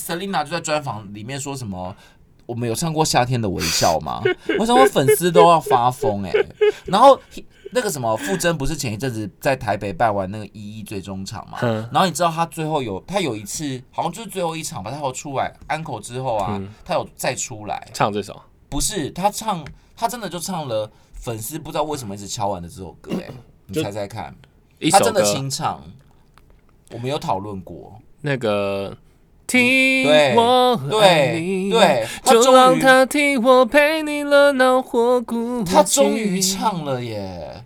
Selina 就在专访里面说什么。我们有唱过《夏天的微笑》吗？我想我粉丝都要发疯然后那个什么傅征不是前一阵子在台北办完那个11最终场嘛？然后你知道他最后他有一次好像就是最后一场吧，他有出来安口之后啊，他有再出来唱这首， 不是他真的就唱了粉丝不知道为什么一直敲完的这首歌你猜猜看，他真的清唱，我们有讨论过那个。听我爱你， 对， 就让他替我陪你热闹或孤寂。 他终于唱了耶！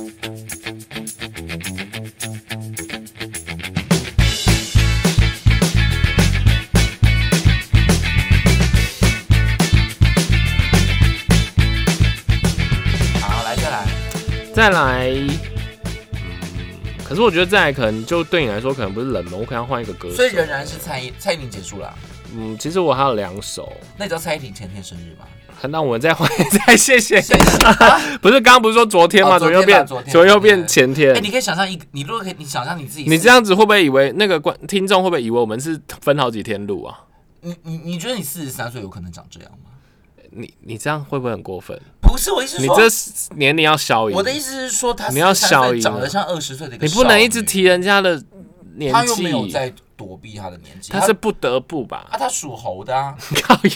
好，再来。 可是我觉得再来可能就对你来说可能不是冷门，我可能要换一个歌手， 所以仍然是蔡依林结束了。 其实我还有2首。那你知道蔡依林前天生日吗？ 那我们再换，再谢谢。不是刚刚不是说昨天吗？昨天又变前天。 你可以想象你如果你想象你自己， 你这样子会不会以为那个听众会不会以为我们是分好几天录啊？ 你觉得你43岁有可能长这样吗？ 你这样会不会很过分？ 不是，我意思是说， 你这年龄要消音。 我的意思是说，他你要消音， 长得像20岁的一个少女。 你不能一直提人家的年纪。 他又没有在躲避他的年纪， 他是不得不吧？ 他属猴的啊。 靠呀！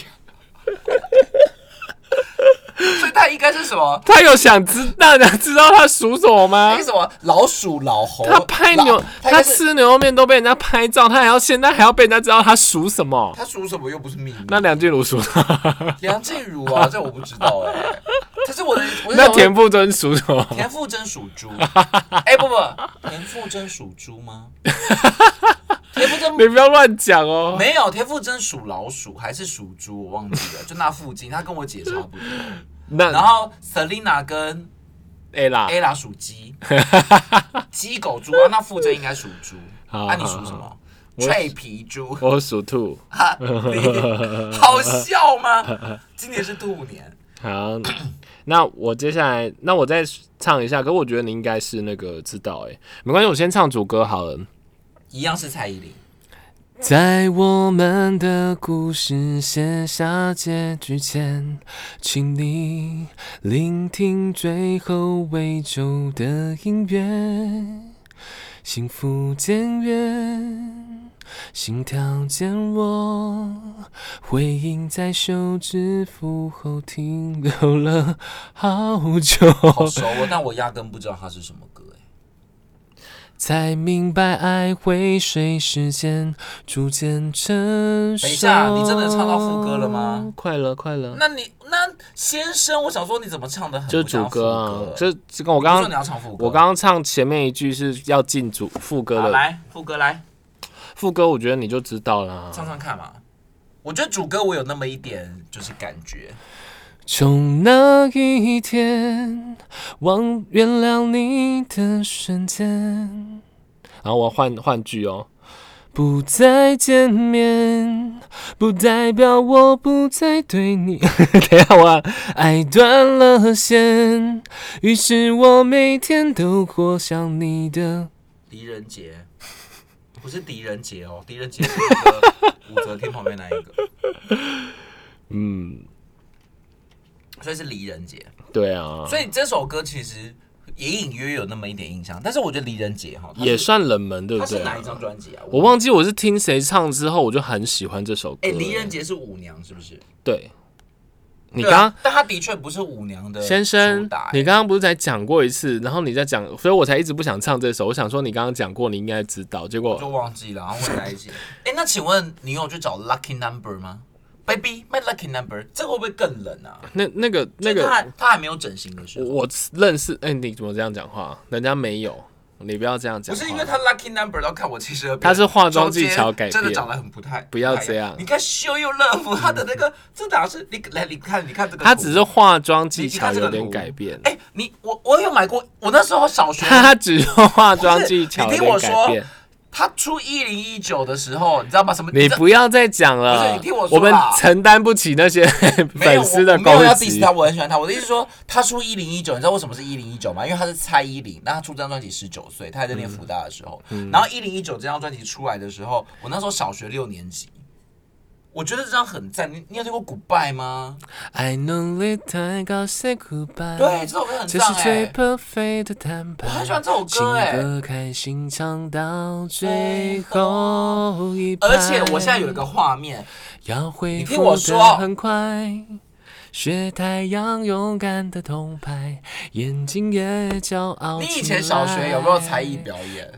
所以他应该是什么？ 他有想知道他属什么吗？ 什么老鼠、老猴？ 他吃牛肉面都被人家拍照，他现在还要被人家知道他属什么？ 他属什么又不是秘密。 那梁静茹属什么？ 梁静茹啊，这我不知道可是那田馥甄属什么？ 田馥甄属猪。不，田馥甄属猪吗？田馥甄， 你不要乱讲哦。 没有，田馥甄属老鼠还是属猪，我忘记了，就那附近，他跟我姐差不多。然后 Selina 跟 Ella 属鸡，鸡狗猪啊，那馥甄应该属猪。你属什么？脆皮猪。 我属兔。 好笑吗？今年是兔年。 好，那我接下来，那我再唱一下，可是我觉得你应该是那个知道没关系，我先唱主歌好了。 一样是蔡依林。 在我们的故事写下结局前，请你聆听最后尾奏的音乐，幸福渐远，心跳渐弱，回音在休止符后停留了好久。 好熟但我压根不知道它是什么歌才明白爱会随时间逐渐成熟。 等一下，你真的唱到副歌了吗？ 快了。 那先生，我想说你怎么唱的很就主歌啊？这跟我刚刚我刚刚唱前面一句是要进副歌的。 来，副歌来。 副歌我觉得你就知道了。 唱唱看嘛。我觉得主歌我有那么一点就是感觉。 从那一天忘原谅你的瞬间，然后我换句哦。不再见面，不代表我不再对你。等一下，我爱断了线，于是我每天都活像你的狄仁杰，不是狄仁杰哦，狄仁杰是那个武则天旁边那一个。所以是黎人杰。 对啊， 所以这首歌其实也隐约有那么一点印象，但是我觉得黎人杰也算冷门，对不对？ 他是哪一张专辑啊？ 我忘记我是听谁唱之后，我就很喜欢这首歌。 黎人杰是舞娘是不是？ 对。你刚刚， 但他的确不是舞娘的先生。你刚刚不是才讲过一次，然后你在讲，所以我才一直不想唱这首。我想说你刚刚讲过，你应该知道，结果我就忘记了，然后混在一起。那请问你有去找 Lucky Number 吗？Baby, my lucky number， 这个会不会更冷啊？ 那个， 他还没有整形的时候， 我认识。你怎么这样讲话？人家没有，你不要这样讲。 不是因为他 lucky number 都看我72， 他是化妆技巧改变， 真的长得很不要这样。 你看修又乐福，他的那个这哪是你看这个， 他只是化妆技巧有点改变。 我有买过，我那时候小学， 他只是化妆技巧有点改变。 他出1019的时候，你知道吗？什么？ 你不要再讲了。 不是，你听我说， 我们承担不起那些粉丝的攻击。 我没有要 diss 他，我很喜欢他。我的意思是说，他出1019，你知道为什么是1019吗？因为他是蔡依林，那他出这张专辑19岁，他还在念辅大的时候。然后1019这张专辑出来的时候，我那时候小学6年级。 我觉得这张很赞。你有听过 Goodbye 吗？ I know it time God say goodbye。 对，这首歌很这赞是最 perfect 的坦白。 我很喜欢这首歌哎， 情歌开心唱到最后一排。 而且我现在有一个画面， 要恢你听复我说的很快。学太阳勇敢的铜牌，眼睛也骄傲起来。 你以前小学有没有才艺表演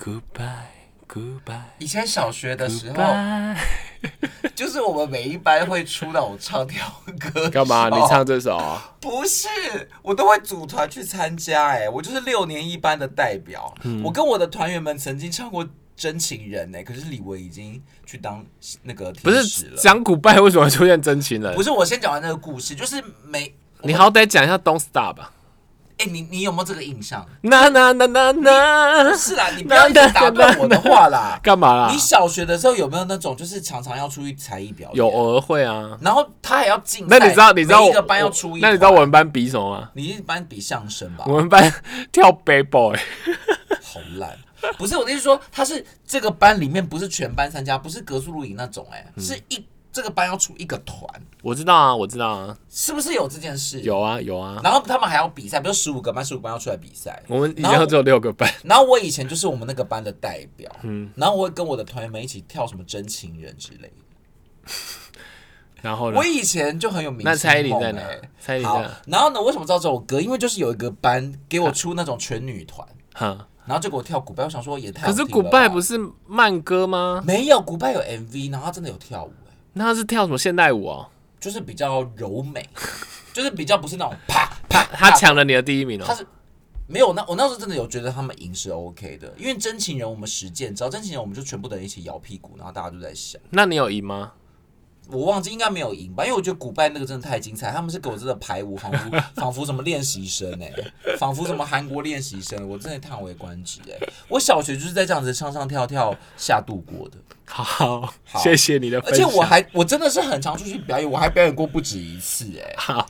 ？Goodbye。 以前小学的时候，就是我们每一班会出那种唱跳歌。 干嘛？你唱这首啊？ 不是，我都会组团去参加。我就是6年1班的代表。我跟我的团员们曾经唱过《真情人》可是李维已经去当那个天使了。 不是讲古拜为什么会出现真情人？ 不是，我先讲完那个故事，就是你好歹讲一下 Don't Stop 吧。 你有没有这个印象？ 那不是啦，你不要一直打断我的话啦。 干嘛啦？ 你小学的时候有没有那种，就是常常要出去才艺表演？ 有偶尔会啊。 然后他还要竞那赛。 你知道每一个班要出一团。 那你知道我们班比什么吗？ 你一般比相声吧？ 我们班跳 Babel。 好烂。不是我的意思说，他是这个班里面不是全班参加，不是格数露营那种是这个班要出一个团。 我知道啊， 是不是有这件事？ 有啊。 然后他们还要比赛，比如15个班要出来比赛。 我们以前只有6个班。 然后我以前就是我们那个班的代表，然后我会跟我的团员们一起跳什么真情人之类的。 然后呢？ 我以前就很有名。 那蔡依林在哪？蔡依林在哪？ 然后呢？为什么知道这首歌？因为就是有一个班给我出那种全女团。然后就给我跳古拜，我想说也太好听了吧。 可是古拜不是慢歌吗？ 没有，古拜有 MV， 然后他真的有跳舞。 那他是跳什么现代舞哦？ 就是比较柔美，就是比较不是那种啪啪。 他抢了你的第1名哦。 他是没有，我那时候真的有觉得他们赢是 OK 的，因为真情人我们实践，只要真情人我们就全部的人一起摇屁股，然后大家就在想。 那你有赢吗？ 我忘记，应该没有赢吧，因为我觉得古拜那个真的太精彩，他们是给我真的排舞，仿佛什么练习生仿佛什么韩国练习生，我真的叹为观止我小学就是在这样子唱唱跳跳下度过的。 好，谢谢你的分享。 而且我真的是很常出去表演，我还表演过不止一次好，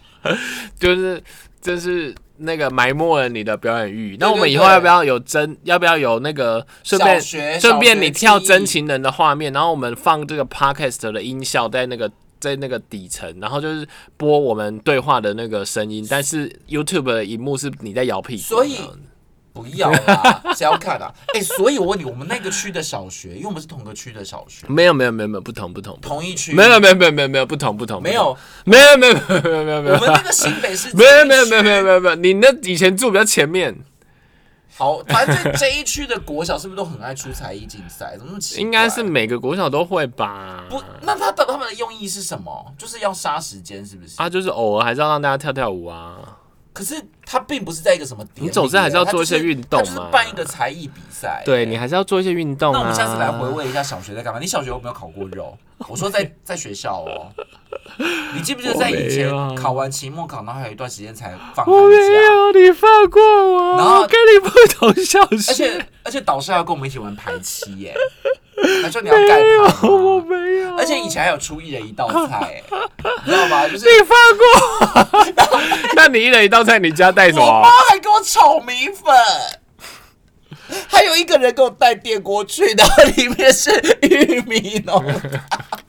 就是那个埋没了你的表演欲。那我们以后要不要有那个顺便你跳真情人的画面，然后我们放这个 podcast 的音效在那个底层，然后就是播我们对话的那个声音，但是 YouTube 的荧幕是你在摇屁股。 所以不要啦，谁要看啊？所以我问你，我们那个区的小学，因为我们是同个区的小学， 没有，不同， 同一区， 没有，不同， 没有， 我们那个新北市， 没有，你那以前住比较前面。 好，反正这一区的国小是不是都很爱出才艺竞赛？怎么那么奇怪？ 应该是每个国小都会吧？ 不，那他们的用意是什么？就是要杀时间，是不是？ 就是偶尔还是要让大家跳舞啊。 可是他并不是在一个什么点， 你总之还是要做一些运动嘛。 他就是办一个才艺比赛。 对，你还是要做一些运动啊。 那我们下次来回味一下小学在干嘛？你小学有没有烤过肉？我说在学校哦。你记不记得在以前考完期末考，然后还有一段时间才放寒假？ 我没有，你放过我。 然后跟你不同校室，而且导师还要跟我们一起玩排七他说你要盖牌， 我没有。 而且以前还有出1人1道菜，你知道吗？就是你放过我。那你1人1道菜，你家带什么？ 我妈还给我炒米粉。还有一个人给我带电锅去，然后里面是玉米浓汤。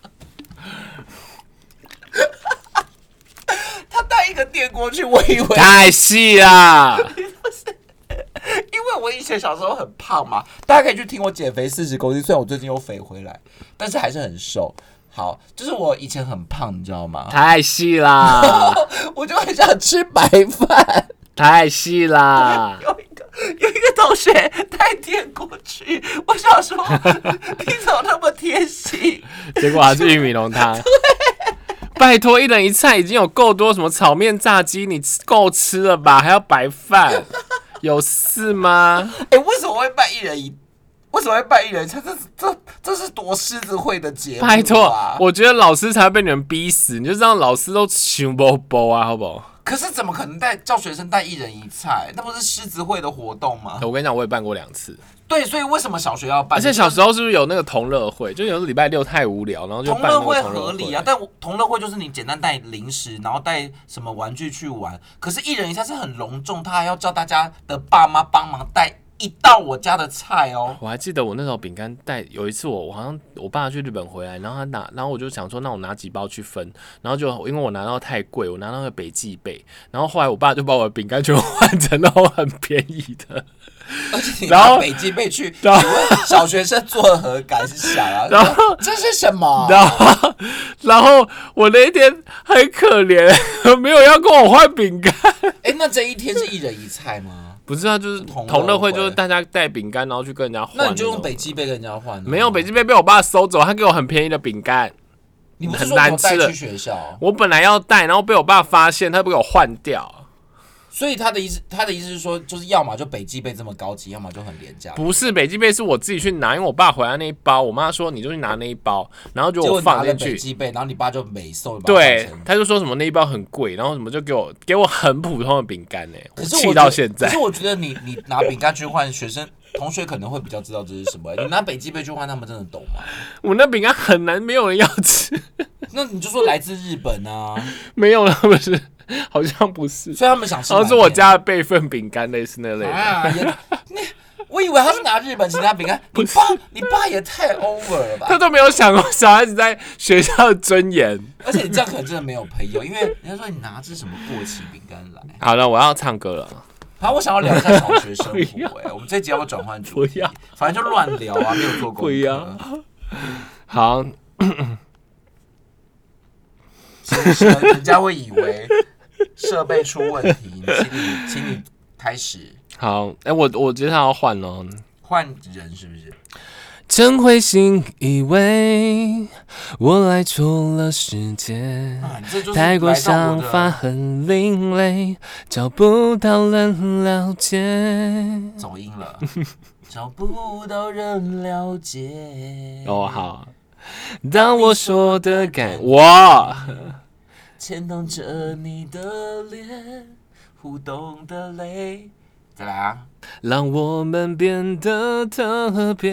他带一个电锅去，我以为太细啦。 因为我以前小时候很胖嘛，大家可以去听我减肥40公斤，虽然我最近又肥回来，但是还是很瘦。好，就是我以前很胖，你知道吗？ 太细啦。 我就很想吃白饭。 太细啦。 有一个同学带电锅去，我想说你怎么那么贴心？ 结果还是玉米浓汤。拜托，1人1菜已经有够多，什么炒面、炸鸡，你够吃了吧？还要白饭，有事吗？ 为什么会办1人1？为什么会办1人1菜？这是多狮子会的节目啊！ 拜托，我觉得老师才会被你们逼死，你就让老师都想不饱啊，好不好？ 可是怎么可能叫学生带1人1菜？那不是狮子会的活动吗？ 我跟你讲，我也办过2次。 对，所以为什么小学要办？ 而且小时候是不是有那个同乐会？就有时候礼拜6太无聊，然后就办那个同乐会合理啊。但同乐会就是你简单带零食，然后带什么玩具去玩。可是1人1菜是很隆重，他还要叫大家的爸妈帮忙带一道我家的菜哦。 我还记得我那时候饼干带，有一次我好像我爸去日本回来，然后然后我就想说，那我拿几包去分，然后就因为我拿到太贵，我拿到那个北极贝，然后后来我爸就把我的饼干全部换成那种很便宜的。 而且你拿北极贝去，请问小学生作何感想啊？然后这是什么？ 然后我那一天很可怜，没有要跟我换饼干。 那这一天是一人一菜吗？ 不是啊，就是同乐会，就是大家带饼干，然后去跟人家换。 那你就用北极贝跟人家换？ 没有，北极贝被我爸收走，他给我很便宜的饼干。 你不是说我带去学校？ 我本来要带，然后被我爸发现，他不给我换掉。 所以他的意思是说，就是要么就北极贝这么高级，要么就很廉价。 不是北极贝是我自己去拿，因为我爸回来那一包，我妈说你就去拿那一包，然后就我放进去。 北极贝，然后你爸就没送。 对，他就说什么那一包很贵，然后什么就给我很普通的饼干呢，我气到现在。 可是我觉得你拿饼干去换同学可能会比较知道这是什么。你拿北极贝去换，他们真的懂吗？ 我那饼干很难，没有人要吃。 那你就说来自日本啊？ 没有了，不是，好像不是。 所以他们想吃， 好像是我家的备份饼干，类似那类的。 我以为他是拿日本其他饼干。你爸也太 over 了吧？ 他都没有想过小孩子在学校的尊严。 而且你这样可能真的没有朋友，因为人家说你拿着什么过期饼干来。 好了，我要唱歌了。 好，我想要聊一下小学生活。我们这集要不要转换主题？反正就乱聊啊，没有做功课。 好。 人家会以为设备出问题，请你开始。 好，我接下来要换了， 换人是不是？ 真会心以为我来错了世界，太过想法很另类，找不到人了解。 走音了，找不到人了解。 哦，好。当我说的我牵动着你的脸，互动的泪。再来啊！ 让我们变得特别。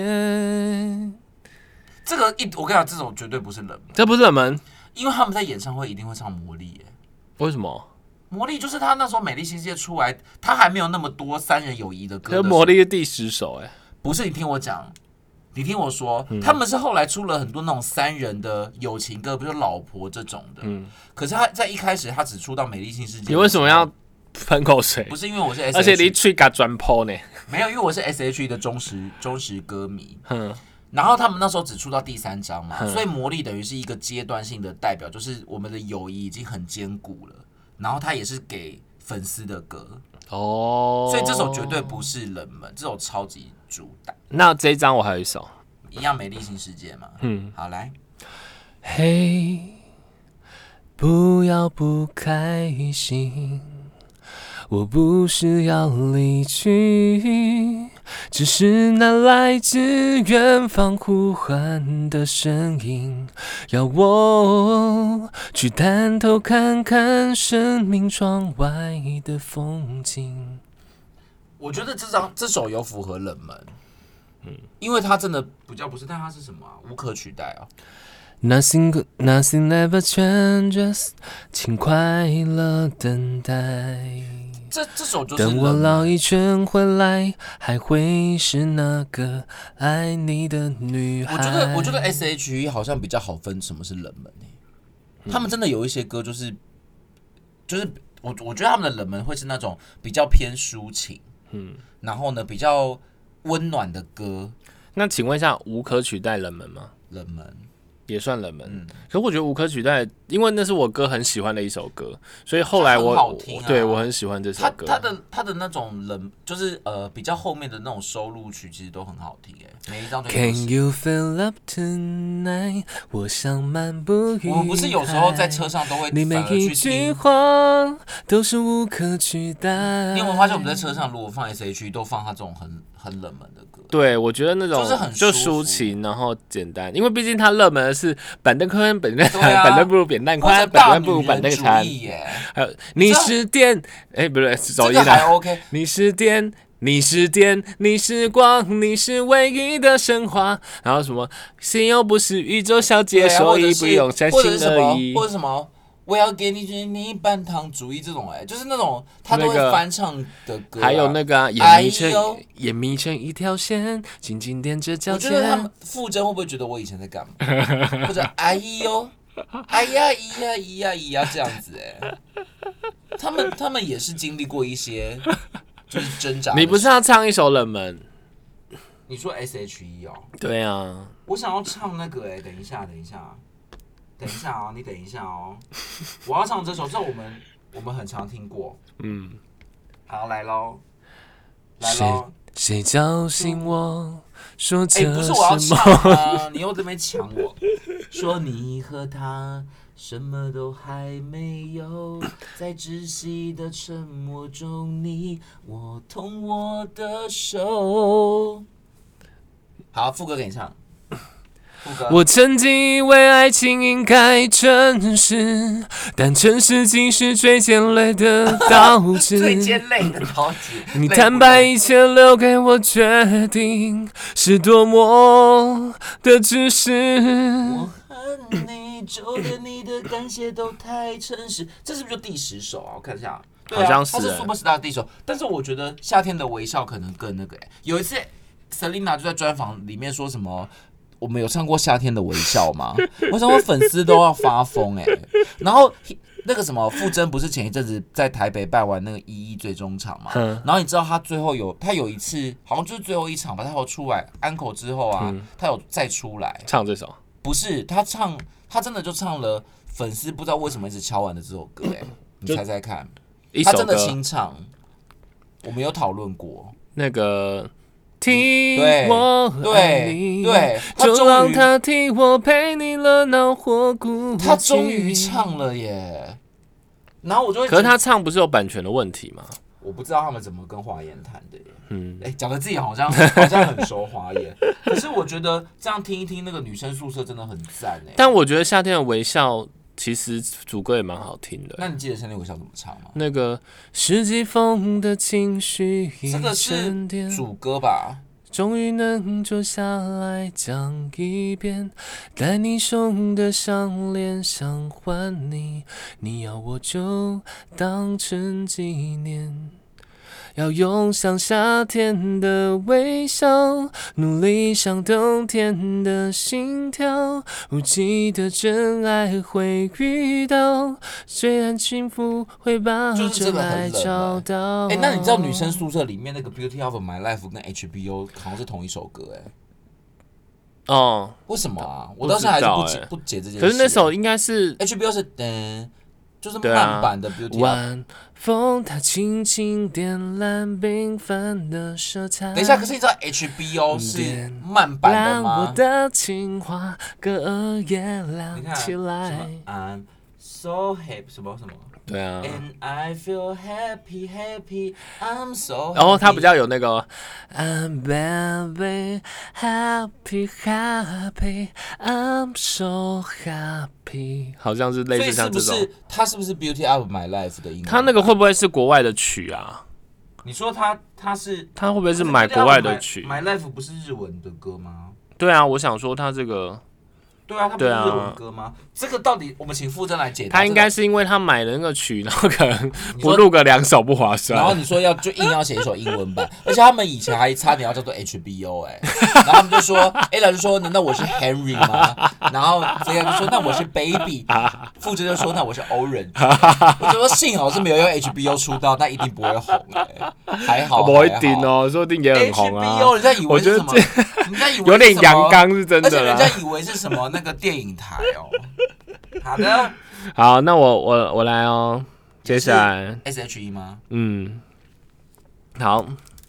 这个我跟你讲，这种绝对不是冷门。 这不是冷门， 因为他们在演唱会一定会唱《魔力》耶。 为什么？ 魔力就是他那时候《美丽新世界》出来，他还没有那么多三人友谊的歌。 可是魔力是第10首哎。 不是，你听我讲。你听我说，他们是后来出了很多那种三人的友情歌，比如说老婆这种的。可是他在一开始他只出到《美丽新世界》。 你为什么要喷口水？ 不是因为我是 SH， 而且你嘴甲转破呢？ 没有，因为我是 SH 的忠实歌迷。然后他们那时候只出到第3章嘛，所以魔力等于是一个阶段性的代表，就是我们的友谊已经很坚固了。然后他也是给粉丝的歌哦，所以这首绝对不是冷门，这首超级主打。 那这一张我还有一首， 一样美丽新世界嘛。好来。 嘿，不要不开心，我不是要离去，只是那来自远方呼唤的声音，要我去探头看看生命窗外的风景。 我觉得这首有符合冷门，因为它真的比较不是，但它是什么啊？无可取代啊。 Nothing ever changes， 请快乐等待。 这首就是等我绕一圈回来，还会是那个爱你的女孩。 我觉得 SHE 好像比较好分什么是冷门他们真的有一些歌就是我觉得他们的冷门会是那种比较偏抒情，然后呢比较温暖的歌。 那请问一下，无可取代冷门吗？ 冷门。 也算冷门，可我觉得无可取代，因为那是我哥很喜欢的一首歌，所以后来对我很喜欢这首歌。 他的那种冷，就是比较后面的那种收录曲，其实都很好听每一张都。 Can you feel up tonight？ 我想漫步于海。 我们不是有时候在车上都会， 你每一句话都是无可取代。 你有没有发现我们在车上如果放 SH 都放他这种很冷门的歌？ 对，我觉得那种就抒情，然后简单，因为毕竟他热门的是板凳宽，板凳长，板凳不如扁担宽，板凳不如板凳长。还有你是电，不对，走音了。 还 OK。 你是电，你是电，你是光，你是唯一的神话。然后什么，心又不是宇宙小姐，所以不用相信而已。 或者什么， 我要给你半糖主义这种就是那种他都会翻唱的歌、 还有那个眼眯成一条线，紧紧踮着脚尖。 我觉得他们傅征会不会觉得我以前在干嘛？或者哎呦，哎呀咿呀咿呀咿呀这样子他们也是经历过一些就是挣扎。 你不是要唱一首冷门？ 你说 SHE 哦？ 对啊， 我想要唱那个等一下哦，你等一下哦，我要唱这首，这我们很常听过。好，来喽。 谁叫醒我？说这不是我要唱啊，你又这边抢我。说你和他什么都还没有，在窒息的沉默中，你握痛我的手。好，副歌给你唱。 我曾经以为爱情应该诚实，但诚实竟是最尖锐的刀子。 最尖锐的刀子。 你坦白一切留给我决定，是多么的自私。 我和你就连你的感谢都太诚实，这是不是就第10首啊？我看一下，对啊， 好像是它是 Superstar 的第1首，但是我觉得夏天的微笑可能更那个有一次 Selina 就在专访里面说什么。我们有唱过夏天的微笑吗？我想我粉丝都要发疯然后那个什么傅征不是前一阵子在台北办完那个11最终场嘛？然后你知道他最后他有一次好像就是最后一场吧，他有出来安口之后啊，他有再出来唱这首， 不是他真的就唱了粉丝不知道为什么一直敲完的这首歌你猜猜看，他真的清唱，我们有讨论过那个。替我爱你， 对， 就让他替我陪你热闹或孤寂。 他终于唱了耶！然后我就会， 可是他唱不是有版权的问题吗？ 我不知道他们怎么跟华研谈的耶。讲的自己好像很熟华研，可是我觉得这样听一听那个女生宿舍真的很赞但我觉得夏天的微笑。其实主歌也蛮好听的。 那你记得夏天微笑怎么唱吗？ 那个十几封的情绪， 这个是主歌吧？ 终于能坐下来讲一遍，带你送的项链想还你，你要我就当成纪念。要用像夏天的微笑，努力像冬天的心跳。无忌的真爱会遇到，虽然幸福会把真爱找到。 那你知道女生宿舍里面那个 Beauty of My Life 跟 HBO 好像是同一首歌为什么啊？我到现在还是不解这件事。 可是那首应该是 HBO 是就是慢版的 Beauty。 晚风它轻轻点燃缤纷的色彩。 等一下，可是你知道 HBO 是慢版的吗？ 让我的情话隔夜亮起来。 I'm so happy 什么？ 对啊。 And I feel happy, happy, I'm so happy。 然后它比较有那个 I'm very happy, happy, I'm so happy， 好像是类似像这种。 所以它是不是 Beauty of My Life 的音乐？ 它那个会不会是国外的曲啊？ 你说它是？ 它会不会是买国外的曲 ？My Life 不是日文的歌吗？ 对啊，我想说它这个。 对啊，他不是日文歌吗？这个到底我们请傅征来解答。 他应该是因为他买了那个曲，然后可能不录个2首不划算。 然后你说就硬要写一首英文版，而且他们以前还差点要叫做 HBO 然后他们就说 ，Ella 就说难道我是 Henry 吗？然后 Zia 就说那我是 Baby， 傅征就说那我是 Orange。我就说幸好是没有用 HBO 出道，那一定不会红还好。 不一定哦，说不定也很红啊。 HBO 人家以为是什么？人家以为有点阳刚是真的， 而且人家以为是什么那个电影台好的， 好，那我来哦。接下来 SHE 吗？ 好。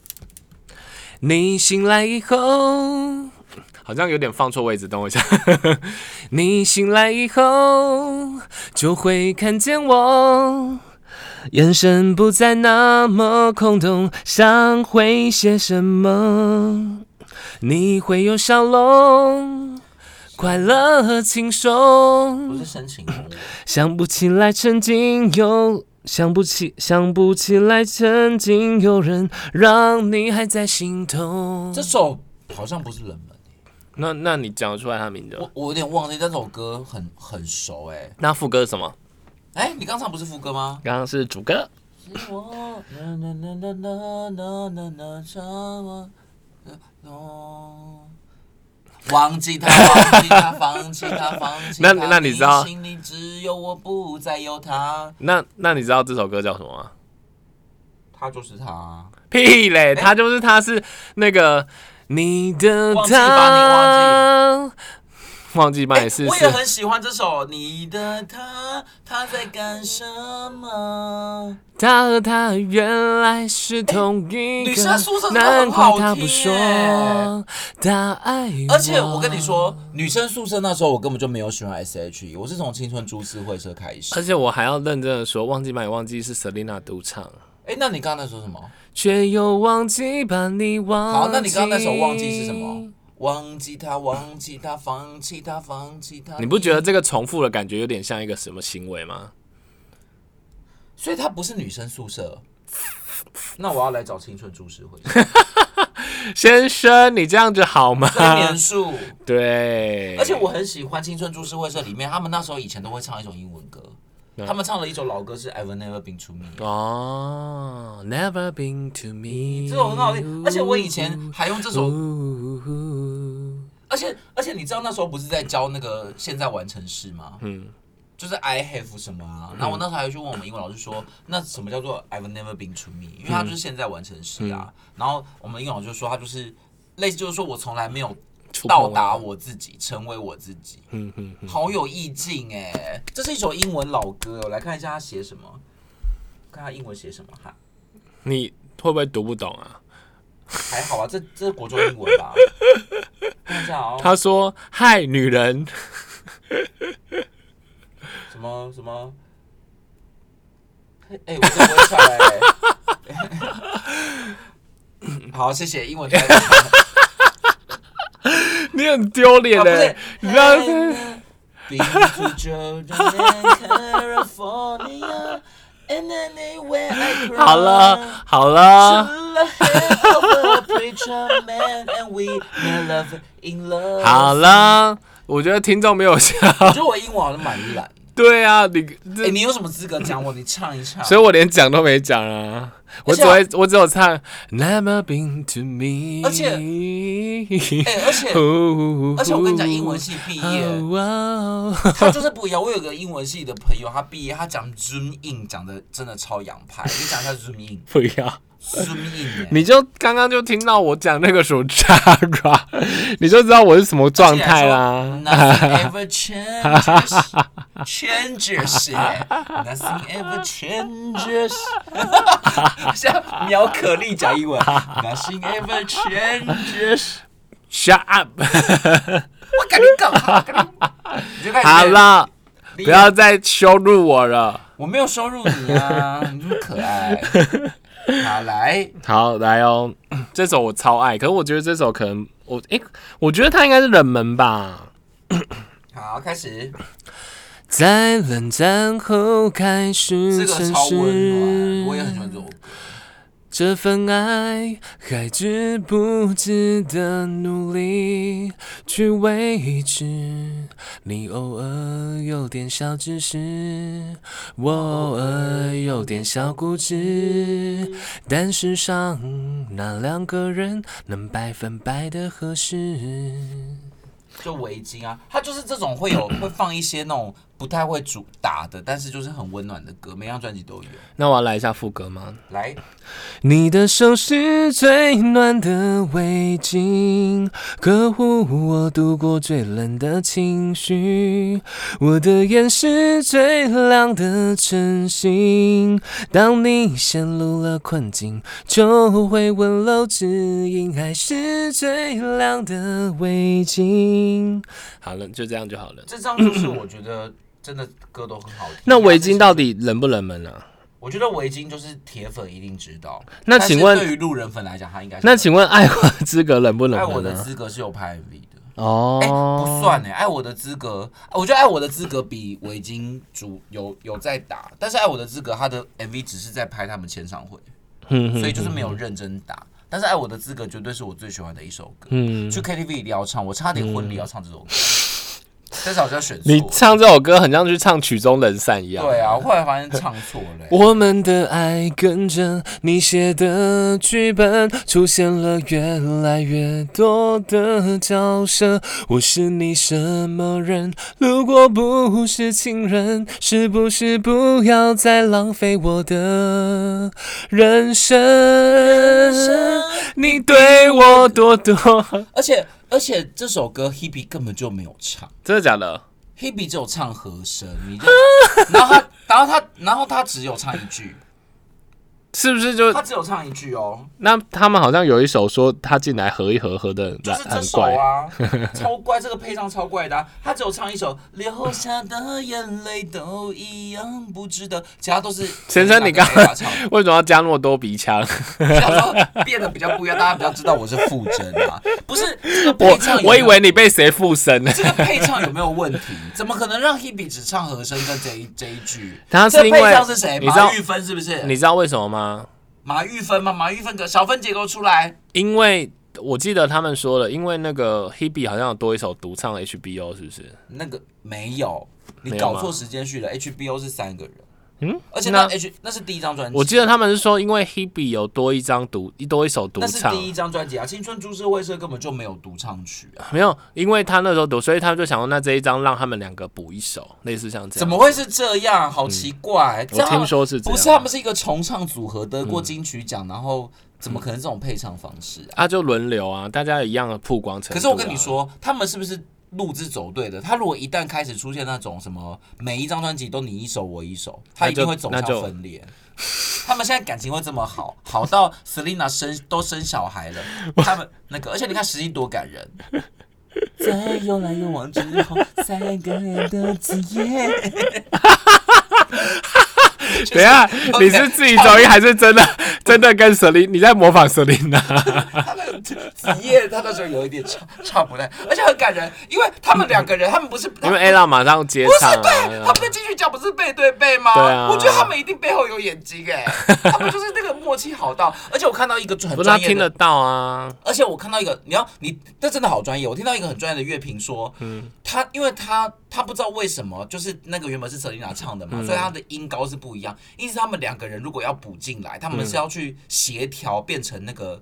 你醒来以后，好像有点放错位置，等我一下。你醒来以后，就会看见我。眼神不再那么空洞，想会写什么？你会有笑容，快乐和轻松。 不是深情红， 想不起来曾经有，想不起来曾经有人让你还在心痛。 这首好像不是冷门那你讲得出来他名字？ 我有点忘记，但这首歌很熟那副歌是什么？ 哎，你刚唱不是副歌吗？ 刚刚是主歌。 是我忘记他，忘记他，放弃他，放弃他。 那你知道？ 心里只有我，不再有他。 那你知道这首歌叫什么吗？ 他就是他。 屁嘞！他就是他是那个你的他。 忘记吧也是。 我也很喜欢这首。你的他，他在干什么？ 他和他原来是同一个。 女生宿舍难怪他不说他爱我。 而且我跟你说，女生宿舍那时候我根本就没有喜欢 S.H.E， 我是从青春株式会社开始。 而且我还要认真的说，忘记吧也忘记是 Selina 独唱。 那你刚刚在说什么？ 却又忘记把你忘记。 好，那你刚刚那首忘记是什么？忘记他，忘记他，放弃他，放弃他。 你不觉得这个重复的感觉有点像一个什么行为吗？ 所以他不是女生宿舍。那我要来找青春株式会。 先生，你这样子好吗？ 催眠术。 对。 而且我很喜欢青春株式会社里面，他们那时候以前都会唱一首英文歌。他们唱了一首老歌是 I've Never Been to Me。 哦 Never Been to Me 这首很好听。而且我以前还用这首而且你知道那时候不是在教那个现在完成式吗？就是 I have 什么啊，然后我那时候还去问我们英文老师说，那什么叫做 I've Never Been to Me？ 因为它就是现在完成式啊。然后我们英文老师就说，它就是类似，就是说我从来没有到达我自己，成为我自己。好有意境哎！这是一首英文老歌，我来看一下他写什么，看他英文写什么哈。 你会不会读不懂啊？ 还好啊，这是国中英文吧？看一下哦。 他说：“嗨，女人。” 什么什么？我这不会唱好，谢谢英文台。 你很丢脸嘞！你知道是？好了好了，好了，我觉得听众没有笑。 我觉得我英文好像蛮烂。 对啊， 你有什么资格讲我？你唱一唱。 所以我连讲都没讲啊，我只有唱 Never Been to Me。 而且我跟你讲，英文系毕业，他就是不一样。我有个英文系的朋友，他毕业，他讲 Zoom in 讲的真的超洋派。你讲一下 Zoom in。 不要。 Zoom in， 你就刚刚就听到我讲那个首 Jara， 你就知道我是什么状态啦。 Nothing ever changes，Nothing ever changes。像苗可丽讲英文 ，Nothing ever changes。Shut up！ 我跟你讲， 好了，不要再羞辱我了。 我没有羞辱你啊，你这么可爱。 好来哦，这首我超爱，可是我觉得这首可能我觉得它应该是冷门吧。 好，开始。 在冷战后开始城市， 这个超温暖，我也很喜欢这首歌。 这份爱还值不值得努力去维持？你偶尔有点小自私，我偶尔有点小固执，但世上哪两个人能100%的合适？ 就围巾啊，它就是这种会放一些那种不太会主打的，但是就是很温暖的歌，每张专辑都有。 那我要来一下副歌吗？ 来， 你的手是最暖的围巾，呵护我度过最冷的情绪。我的眼是最亮的晨星，当你陷入了困境，就会温柔指引。爱是最亮的围巾。好了，就这样就好了。 这张就是我觉得真的歌都很好听。 那围巾到底冷不冷门啊？ 我觉得围巾就是铁粉一定知道。 那请问， 对于路人粉来讲，他应该是。 那请问，爱我的资格冷不冷门？ 爱我的资格是有拍 MV 的哦。 不算爱我的资格，我觉得爱我的资格比围巾有在打，但是爱我的资格他的 MV 只是在拍他们签唱会，所以就是没有认真打。但是爱我的资格绝对是我最喜欢的一首歌，去 KTV 一定要唱，我差点婚礼要唱这首歌。 这首就选错。 你唱这首歌很像去唱曲终人散一样。 对啊，我后来发现唱错了。 我们的爱跟着你写的剧本，出现了越来越多的角色。我是你什么人？如果不是情人，是不是不要再浪费我的人生？你对我多多。 而且这首歌 Hebe 根本就没有唱， 真的假的 ？Hebe 只有唱和声，然后他只有唱一句， 是不是就他只有唱一句哦？ 那他们好像有一首说他进来合一合合的就是这首啊，超怪，这个配唱超怪的、啊。他只有唱一首，留下的眼泪都一样不值得，其他都是。 先生，你刚刚为什么要加那么多鼻腔？ 想说变得比较不一样，大家比较知道我是傅真啊，不是这个配唱我以为你被谁附身了？ 这个配唱有没有问题？怎么可能让 Hebe 只唱和声跟这一句？ 他是因为这配唱是谁？马玉芬是不是？ 你知道为什么吗？ 马玉芬吗？马玉芬小芬姐给我出来。 因为我记得他们说了，因为那个 Hebe 好像有多一首独唱的 HBO， 是不是？ 那个没有，你搞错时间序了。HBO 是3个人。而且那是第一张专辑。 我记得他们是说，因为 Hebe 有多一首独唱， 那是第一张专辑啊。青春株式会社根本就没有独唱曲啊。 没有，因为他那时候所以他们就想说，那这一张让他们2个补一首，类似像这样。 怎么会是这样？好奇怪！ 我听说是这样， 不是他们是一个重唱组合，得过金曲奖，然后怎么可能这种配唱方式啊？ 就轮流啊，大家一样的曝光程度。 可是我跟你说，他们是不是？路子走对的，他如果一旦开始出现那种什么每一张专辑都你一首我一首，他一定会走向分裂。他们现在感情会这么好，好到 Selina 都生小孩了，他们那个，而且你看实际多感人。在有来有往之后，3个人的字眼。 等一下，你是自己走音还是真的跟 Selina？ 你在模仿 Selina？ 他的子夜，他那时候有一点唱不太，而且很感人，因为他们2个人，他们不是因为 Ella 马上接唱， 不是对，他们在金曲奖不是背对背吗？ 对啊， 我觉得他们一定背后有眼睛他们就是那个默契好到，而且我看到一个很专业的， 不是他听得到啊， 而且我看到一个，你这真的好专业，我听到一个很专业的乐评说，因为他不知道为什么，就是那个原本是 Selina 唱的嘛，所以他的音高是不一样，因此他们2个人如果要补进来，他们是要去协调变成那个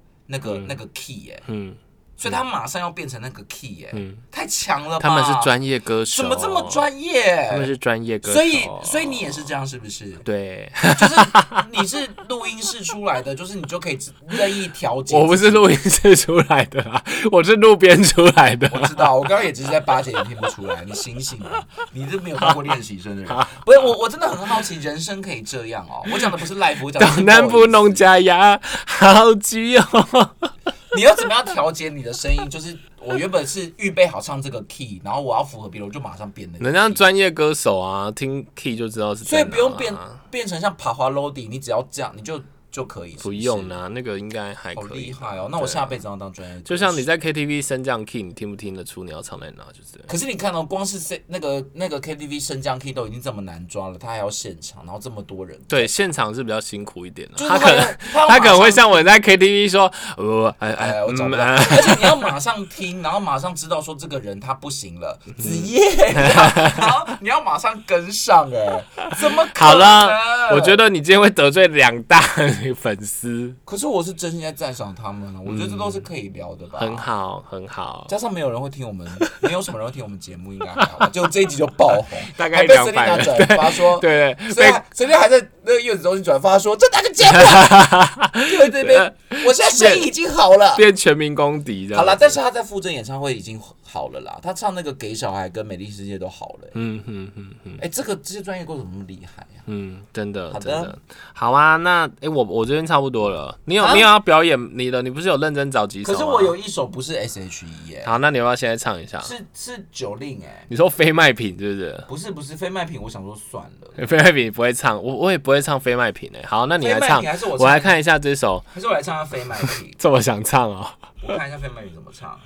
key 所以他马上要变成那个 key 太强了吧？ 他们是专业歌手， 怎么这么专业？ 他们是专业歌手， 所以你也是这样是不是？ 对， 就是你是录音室出来的，就是你就可以任意调节。 我不是录音室出来的啦，我是路边出来的。 我知道，我刚刚也只是在巴结，你听不出来，你醒醒啊！你是没有当过练习生的人。不是我真的很好奇，人生可以这样哦。我讲的不是 live， 我讲的是南部农家呀，好基哦。 你要怎么样调节你的声音？就是我原本是预备好唱这个 key， 然后我要符合别人，我就马上变那个 key。 人家专业歌手啊，听 key 就知道是。 所以不用变成像爬滑 Lodi， 你只要这样你就可以是不是。 不用啦，那个应该还可以。 好厉害哦！那我下辈子要当专业歌手。 就像你在 KTV 升降 key， 你听不听得出你要唱在哪？就是。 可是你看到光是那个 KTV 升降 key 都已经这么难抓了，他还要现场，然后这么多人。 对，现场是比较辛苦一点的。 他可能会像我在 KTV 说， 我找不到。而且你要马上听，然后马上知道说这个人他不行了，子夜，然后你要马上跟上怎么可能？ 好了，我觉得你今天会得罪2大粉丝。 可是我是真心在赞赏他们了，我觉得这都是可以聊的吧。 很好，很好。 加上没有人会听我们，没有什么人会听我们节目，应该还好吧。就这一集就爆红， 大概还被 Selina 转发说， 对， 所以还在那个月子中心转发说，这哪个节目？因为这边我现在声音已经好了， 变全民公敌的。 好了，但是他在傅真演唱会已经好了啦，他唱那个给小孩跟美丽世界都好了。这些专业歌手怎么那么厉害呀？ 真的，真的。好啊，那我这边差不多了。你有要表演你的？你不是有认真找几首吗？ 可是我有一首不是 S.H.E 好，那你要不要现在唱一下？ 是九令你说非卖品是不是？不是非卖品，我想说算了。 非卖品不会唱，我也不会唱非卖品好，那你来唱，我来看一下这首。 还是我来唱下非卖品？ 这么想唱哦？ 我看一下非卖品怎么唱。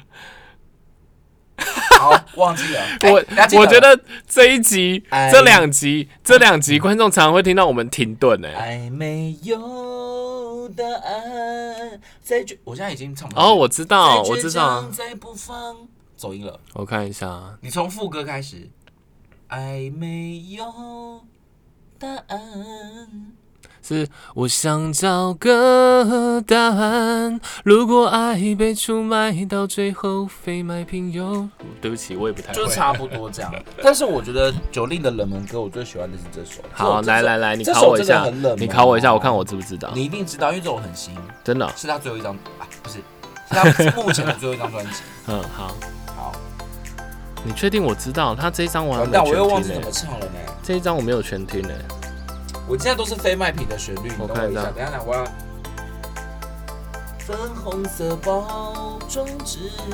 好，忘记了。 我觉得这一集、这两集，观众常常会听到我们停顿爱没有答案，我现在已经唱不。 我知道。 再不放， 走音了。 我看一下， 你从副歌开始。爱没有答案。 是我想找个答案。如果爱被出卖，到最后非卖品有。对不起，我也不太会。 就差不多这样。但是我觉得9令的冷门歌，我最喜欢的是这首。 好，来，你考我一下。你考我一下，我看我知不知道。 你一定知道，因为这首很新。 真的、 是他最后一张啊，不是，是他目前的最后一张专辑。 好。 好。 你确定我知道？他这一张我还没但我又忘记怎么唱了呢。 这一张我没有全听呢。 我现在都是非卖品的旋律， 我看一下。 等一下，我要粉红色包装纸。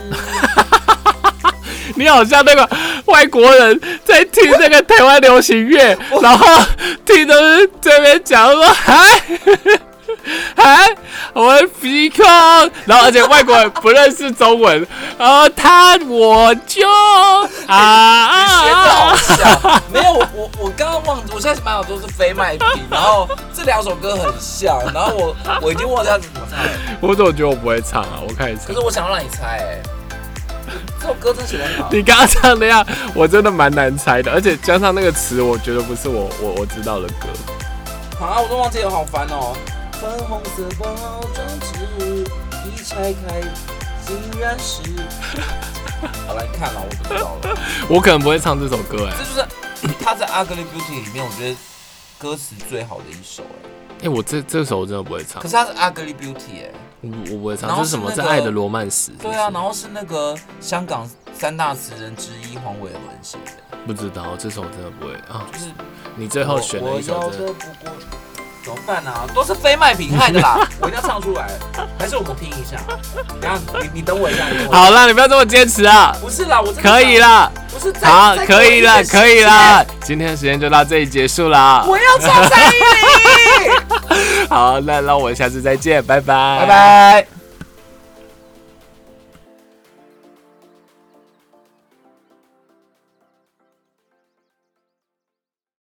你好像那个外国人在听那个台湾流行乐，然后听都是这边讲说嗨，我皮克，然后而且外国人不认识中文，然后我就学得好像没有我刚刚忘记，我现在满脑都是非卖品，然后这2首歌很像，然后我已经忘记他怎么唱了。 我怎么觉得我不会唱啊？我看一下。 可是我想要让你猜这首歌真写得很好。 你刚刚唱那样，我真的蛮难猜的，而且加上那个词，我觉得不是我知道的歌。 啊，我都忘记了，好烦哦。粉红色包装纸一拆开，竟然是……好来看了，我不知道了。 我可能不会唱这首歌这就是他在《Ugly Beauty》里面，我觉得歌词最好的一首我这首我真的不会唱。 可是他是《Ugly Beauty》 我不会唱。这是什么？是爱的罗曼史。 对啊，然后是那个香港3大词人之一黄伟文写的。 不知道这首真的不会啊。 就是你最后选了一首真的。 怎么办啊？都是非卖品害的啦！我一定要唱出来，还是我们听一下？你等我一下。 好啦，你不要这么坚持啊！ 不是啦，我真的可以啦。 不是好，可以了。今天的时间就到这里结束啦。 我要唱蔡依林。 好，那我们下次再见，拜拜， 拜拜。